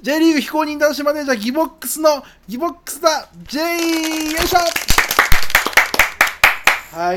J リーグ非公認男子マネージャーギボックスのギボックスだ J。 よいしょ。はい、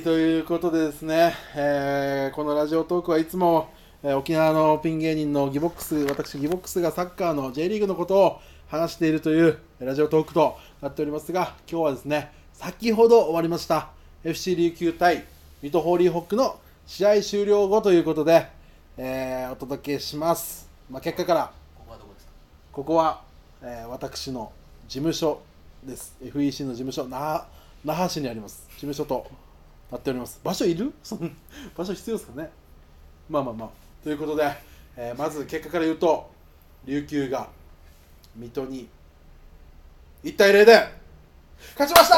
ということでですね、このラジオトークはいつも、沖縄のピン芸人のギボックス、私ギボックスがサッカーの J リーグのことを話しているというラジオトークとなっておりますが、今日はですね、先ほど終わりました FC 琉球対水戸ホーリーホックの試合終了後ということで、お届けします。結果から、 ここはどこですか？ ここは、私の事務所です。 FEC の事務所、那覇市にあります事務所となっております。場所いる？場所必要ですかね。まあということで、まず結果から言うと、琉球が水戸に1対0で勝ちました。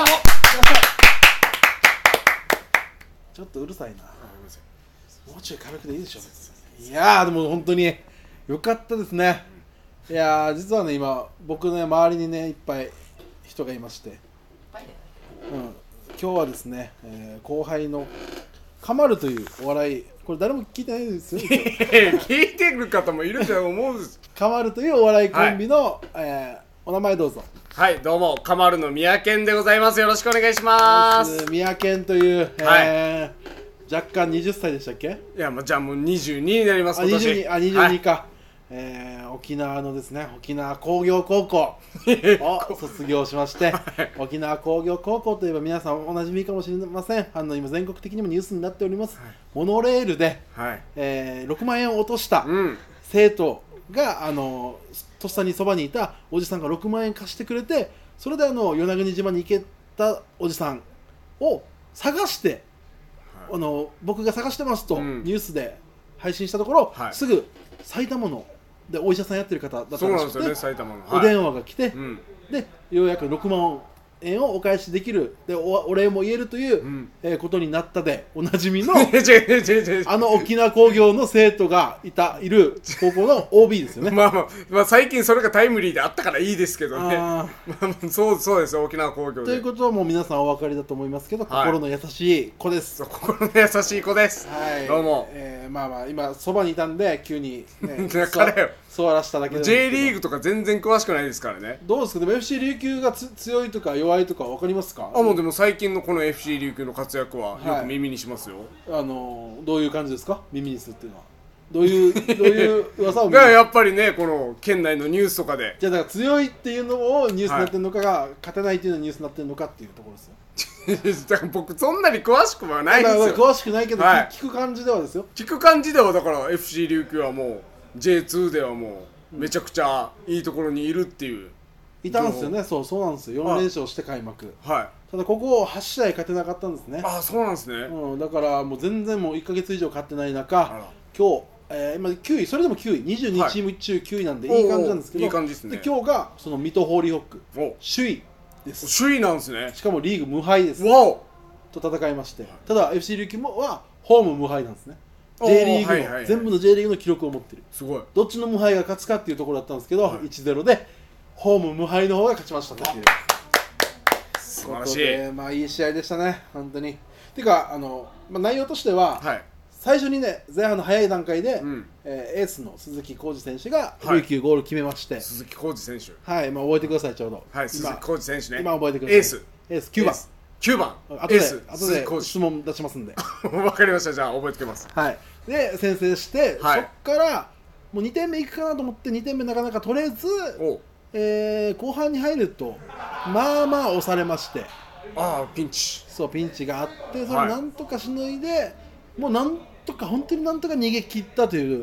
ちょっとうるさいな。もうちょい軽くでいいでしょ。いやー、でも本当に良かったですね。いやー、実はね、今僕ね、周りにね、いっぱい人がいまして、今日はですね、後輩のカマルというお笑い、これ誰も聞いてないですよ。 聞いてる方もいると思うんです。 カマルというお笑いコンビの、お名前どうぞ。 はい、どうもカマルの宮健でございます。よろしくお願いします。 宮健という、若干20歳でしたっけ？ いや、じゃあもう22になります。今年 22か、沖縄のですね、沖縄工業高校を卒業しまして、沖縄工業高校といえば皆さんおなじみかもしれません。今全国的にもニュースになっております、モノレールで、6万円を落とした生徒が、とっさにそばにいたおじさんが6万円貸してくれて、それで与那国島に行けたおじさんを探して、僕が探してますと、ニュースで配信したところ、すぐ埼玉のでお医者さんやってる方だったらしくて、 そうなんですよね、埼玉の、 お電話が来て、でようやく6万円をお返しできる、でお礼も言えるという、ことになったでおなじみの沖縄工業の生徒がいる高校の OB ですよね。 まあ最近それがタイムリーであったからいいですけどね。そうですよ、沖縄工業で。 ということはもう皆さんお分かりだと思いますけど、心の優しい子です。 心の優しい子です。どうも。 今そばにいたんで急に、座らしただけで。 J リーグとか全然詳しくないですからね。 どうですか？でも FC 琉球が強いとか弱いとか分かりますか？ もうでも最近のこの FC 琉球の活躍はよく耳にしますよ。 どういう感じですか？耳にするっていうのはどういう噂をやっぱりね、この県内のニュースとかで。 じゃあだから強いっていうのをニュースになってるのかが、勝てないっていうのがニュースになってるのかっていうところですよ。 だから僕そんなに詳しくはないですよ。 詳しくないけど、聞く感じではですよ。 聞く感じではだから FC 琉球はもう J2 ではもうめちゃくちゃいいところにいるっていう。 いたんですよね。そうなんですよ。4連勝して開幕。 ただここ8試合勝てなかったんですね。 そうなんですね。 だからもう全然もう1ヶ月以上勝ってない中、今日今9位、それでも9位、22チーム中9位なんでいい感じなんですけど、 いい感じですね。 で今日がその水戸ホーリーホック首位です。 首位なんですね。 しかもリーグ無敗です。 と戦いまして、ただ FC 琉球はホーム無敗なんですね。J リーグの全部の J リーグの記録を持ってる。 すごい。 どっちの無敗が勝つかっていうところだったんですけど、1-0でホーム無敗の方が勝ちましたねっていう素晴らしい。 いい試合でしたね、本当に。ていうか内容としては、最初にね、前半の早い段階で、エースの鈴木浩二選手が琉球ゴール決めまして、 鈴木浩二選手、 覚えてください。ちょうど鈴木浩二選手ね、 今覚えてください。 エース 9番後で質問出しますんで。 わかりました。じゃあ覚えてきます。 で先制して、そっからもう2点目いくかなと思って2点目なかなか取れず、後半に入ると押されまして、 ピンチがあって、それをなんとかしのいで、もう本当になんとか逃げ切ったという。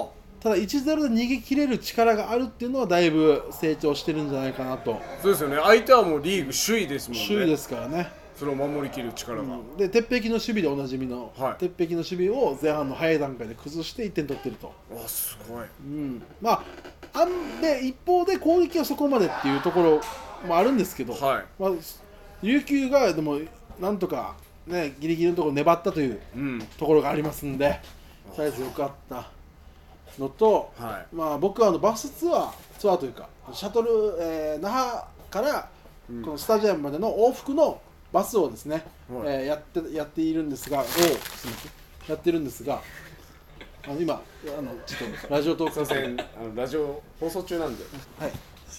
ただ 1-0 で逃げ切れる力があるっていうのはだいぶ成長してるんじゃないかなと。 そうですよね。相手はもうリーグ首位ですもんね。 首位ですからね。 それを守りきる力が、 で鉄壁の守備でおなじみの、鉄壁の守備を前半の早い段階で崩して1点取ってると。 すごい。 で一方で攻撃はそこまでっていうところもあるんですけど、琉球がでもなんとかね、ギリギリのところ粘ったというところがありますんで、とりあえず良かったのと、僕はバスツアーというかシャトル、那覇からこのスタジアムまでの往復のバスをですね、やっているんですが、 今ちょっとラジオトークすいませんラジオ放送中なんで。 はい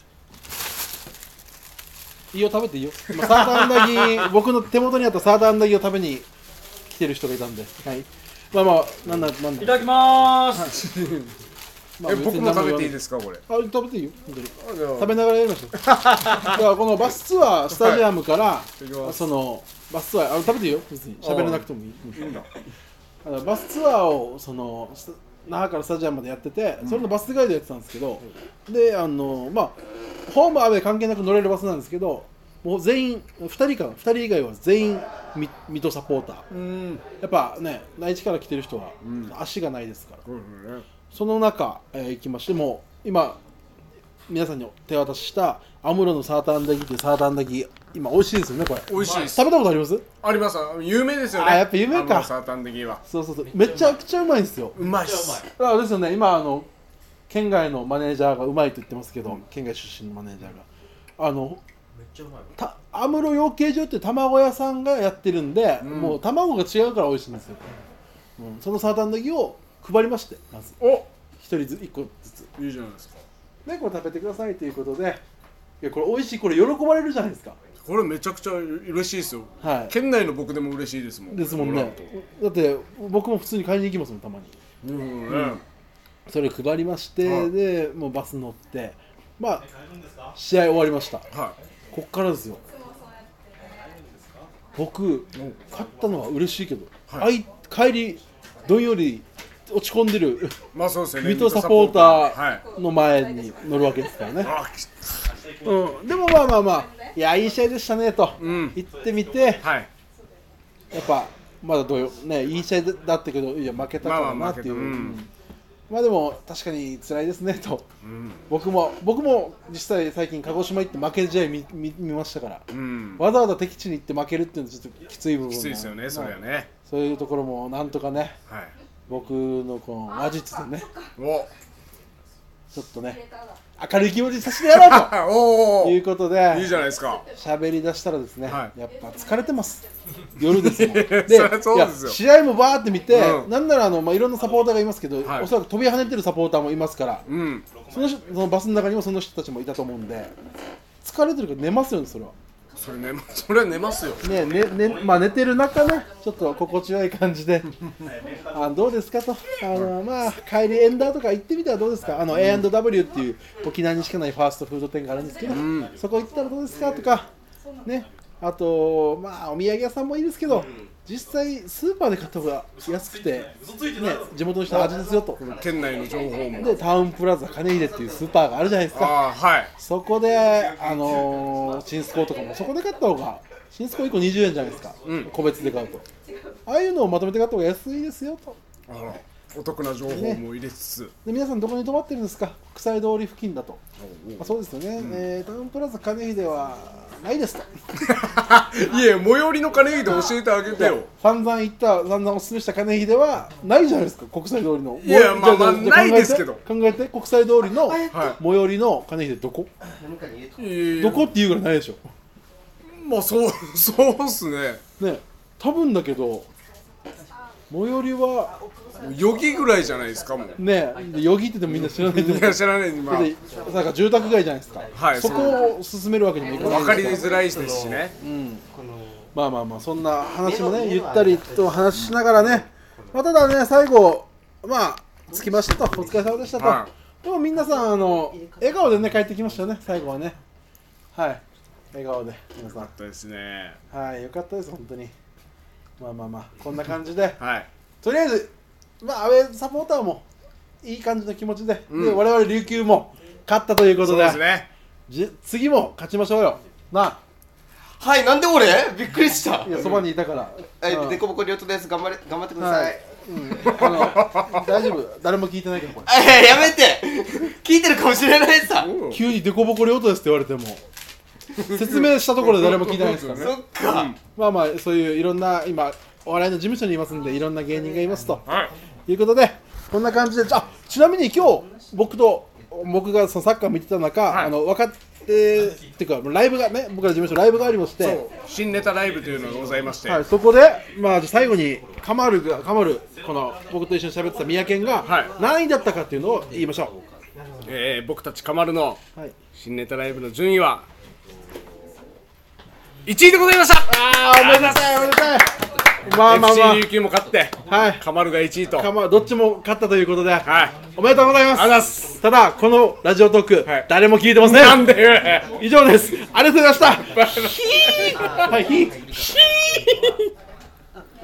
いいよ食べていいよ。今サーターアンダギー僕の手元にあったサーターアンダギーを食べに来てる人がいたんで、はい。まあまあなんだいただきまーす。 まあ僕も食べていいですかこれ。 食べていいよ本当に。 じゃあ食べながらやりましょう。だからこのバスツアースタジアムから、 いただきますそのバスツアー食べていいよ別に喋らなくてもいい。バスツアーをその那覇からスタジアムまでやってて、それのバスガイドやってたんですけど、でまあホームアウェー関係なく乗れるバスなんですけど、もう全員2人以外は全員水戸サポーター。やっぱね内地から来てる人は足がないですから、その中、行きまして、もう今皆さんに手渡ししたアムロのサーターアンダギーっていうサーターアンダギー今美味しいですよねこれ。 美味しいです。 食べたことあります？ あります。有名ですよね。 あやっぱ有名か。 サーターアンダギーはそうめちゃくちゃうまいんですよ。 うまいっす。 あですよね。今県外のマネージャーがうまいと言ってますけど、県外出身のマネージャーがめっちゃうまい。アムロ養鶏場っていう卵屋さんがやってるんで、もう卵が違うから美味しいんですよ。そのサーターアンダギーを配りまして、まず1個ずついいじゃないですか。 でこれ食べてくださいということで、いやこれ美味しい、これ喜ばれるじゃないですか。 これめちゃくちゃ嬉しいですよ。 はい。 県内の僕でも嬉しいですもん。 ですもんね。だって僕も普通に買いに行きますもんたまに。それ配りまして、でもうバス乗ってまあ試合終わりました。 はい。 こっからですよ。僕勝ったのは嬉しいけど、帰りどんより落ち込んでるまあそうですよね。 水戸サポーターの前に乗るわけですからね。でもまあいやいい試合でしたねと言ってみて、やっぱまだねいい試合だったけどいや負けたからなっていう。まあでも確かに辛いですねと、僕も実際最近鹿児島行って負け試合見ましたから、わざわざ敵地に行って負けるっていうのはちょっときつい部分もきついですよね。それはね。 そういうところもなんとかね、僕のこの話術でねちょっとね明るい気持ちにさせてやろうということで、 いいじゃないですか。 喋り出したらですね、やっぱ疲れてます夜ですもん。 で試合もバーって見て、なんならいろんなサポーターがいますけど、おそらく飛び跳ねてるサポーターもいますから、そのバスの中にもその人たちもいたと思うんで、疲れてるから寝ますよね。それはそれは寝ますよ。 まあ寝てる中ね、ちょっと心地よい感じでどうですかと、まあ帰りエンダーとか行ってみたらどうですか。A&W っていう沖縄にしかないファーストフード店があるんですけど、そこ行ったらどうですかとかね。あとまあお土産屋さんもいいですけど、実際スーパーで買った方が安くて、ね、地元の人の味ですよと。 県内の情報もでタウンプラザ金秀っていうスーパーがあるじゃないですか。そこでチンスコーとかもそこで買った方が、チンスコー1個20円じゃないですか、個別で買うと。ああいうのをまとめて買った方が安いですよと。 お得な情報も入れつつ、 で皆さんどこに泊まってるんですか。国際通り付近だと。そうですよね。タウンプラザ金秀はないですと。 いや最寄りの金秀教えてあげてよ。 散々おすすめした金秀はないじゃないですか、国際通りの。 いやまあないですけど、 考えて国際通りの最寄りの金秀どこっていうぐらいないでしょ。 まあそうっすね。 多分だけど最寄りはヨギぐらいじゃないですかもう。 ねえ、ヨギって言ってもみんな知らないで。 いや知らない。 まあなんか住宅街じゃないですか。そこを進めるわけにもいかない。 分かりづらいですしね。 まあそんな話もねゆったりと話しながらね。ただね最後着きましたと、お疲れ様でしたと。でも皆さん笑顔でね帰ってきましたよね最後はね。はい笑顔で皆さん。 よかったですね。 はいよかったです本当に。まあこんな感じで。とりあえずアウェーサポーターもいい感じの気持ちで、我々琉球も勝ったということで、次も勝ちましょうよな。 はい、なんで俺びっくりした。 いやそばにいたから。 でこぼこりょうとです。頑張ってください。 大丈夫、誰も聞いてないからこれ。 やめて。聞いてるかもしれないさ。 急にデコボコりょうとですって言われても説明したところで誰も聞いてないですからね。 そっか。 まあそういういろんな今お笑いの事務所にいますんでいろんな芸人がいますということで、こんな感じで。ちなみに今日僕と僕がそのサッカー見てた中、 はい分かってっていうかライブがね、僕ら事務所ライブがありまして、 そう新ネタライブというのがございまして、 はい、そこで、まあ、最後にカマルこの僕と一緒に喋ってた宮健が、 はい何位だったかっていうのを言いましょ僕たちカマルのう。はい新ネタライブの順位は1位でございました。 おめでたいおめでたい。まあまあまあ FC 琉球も勝って、 はいカマルが1位と、 どっちも勝ったということで、 はいおめでとうございます。 ありがとうございますただこのラジオトーク、 はい誰も聞いてません。 なんで以上です。ありがとうございました。 バイバイはい、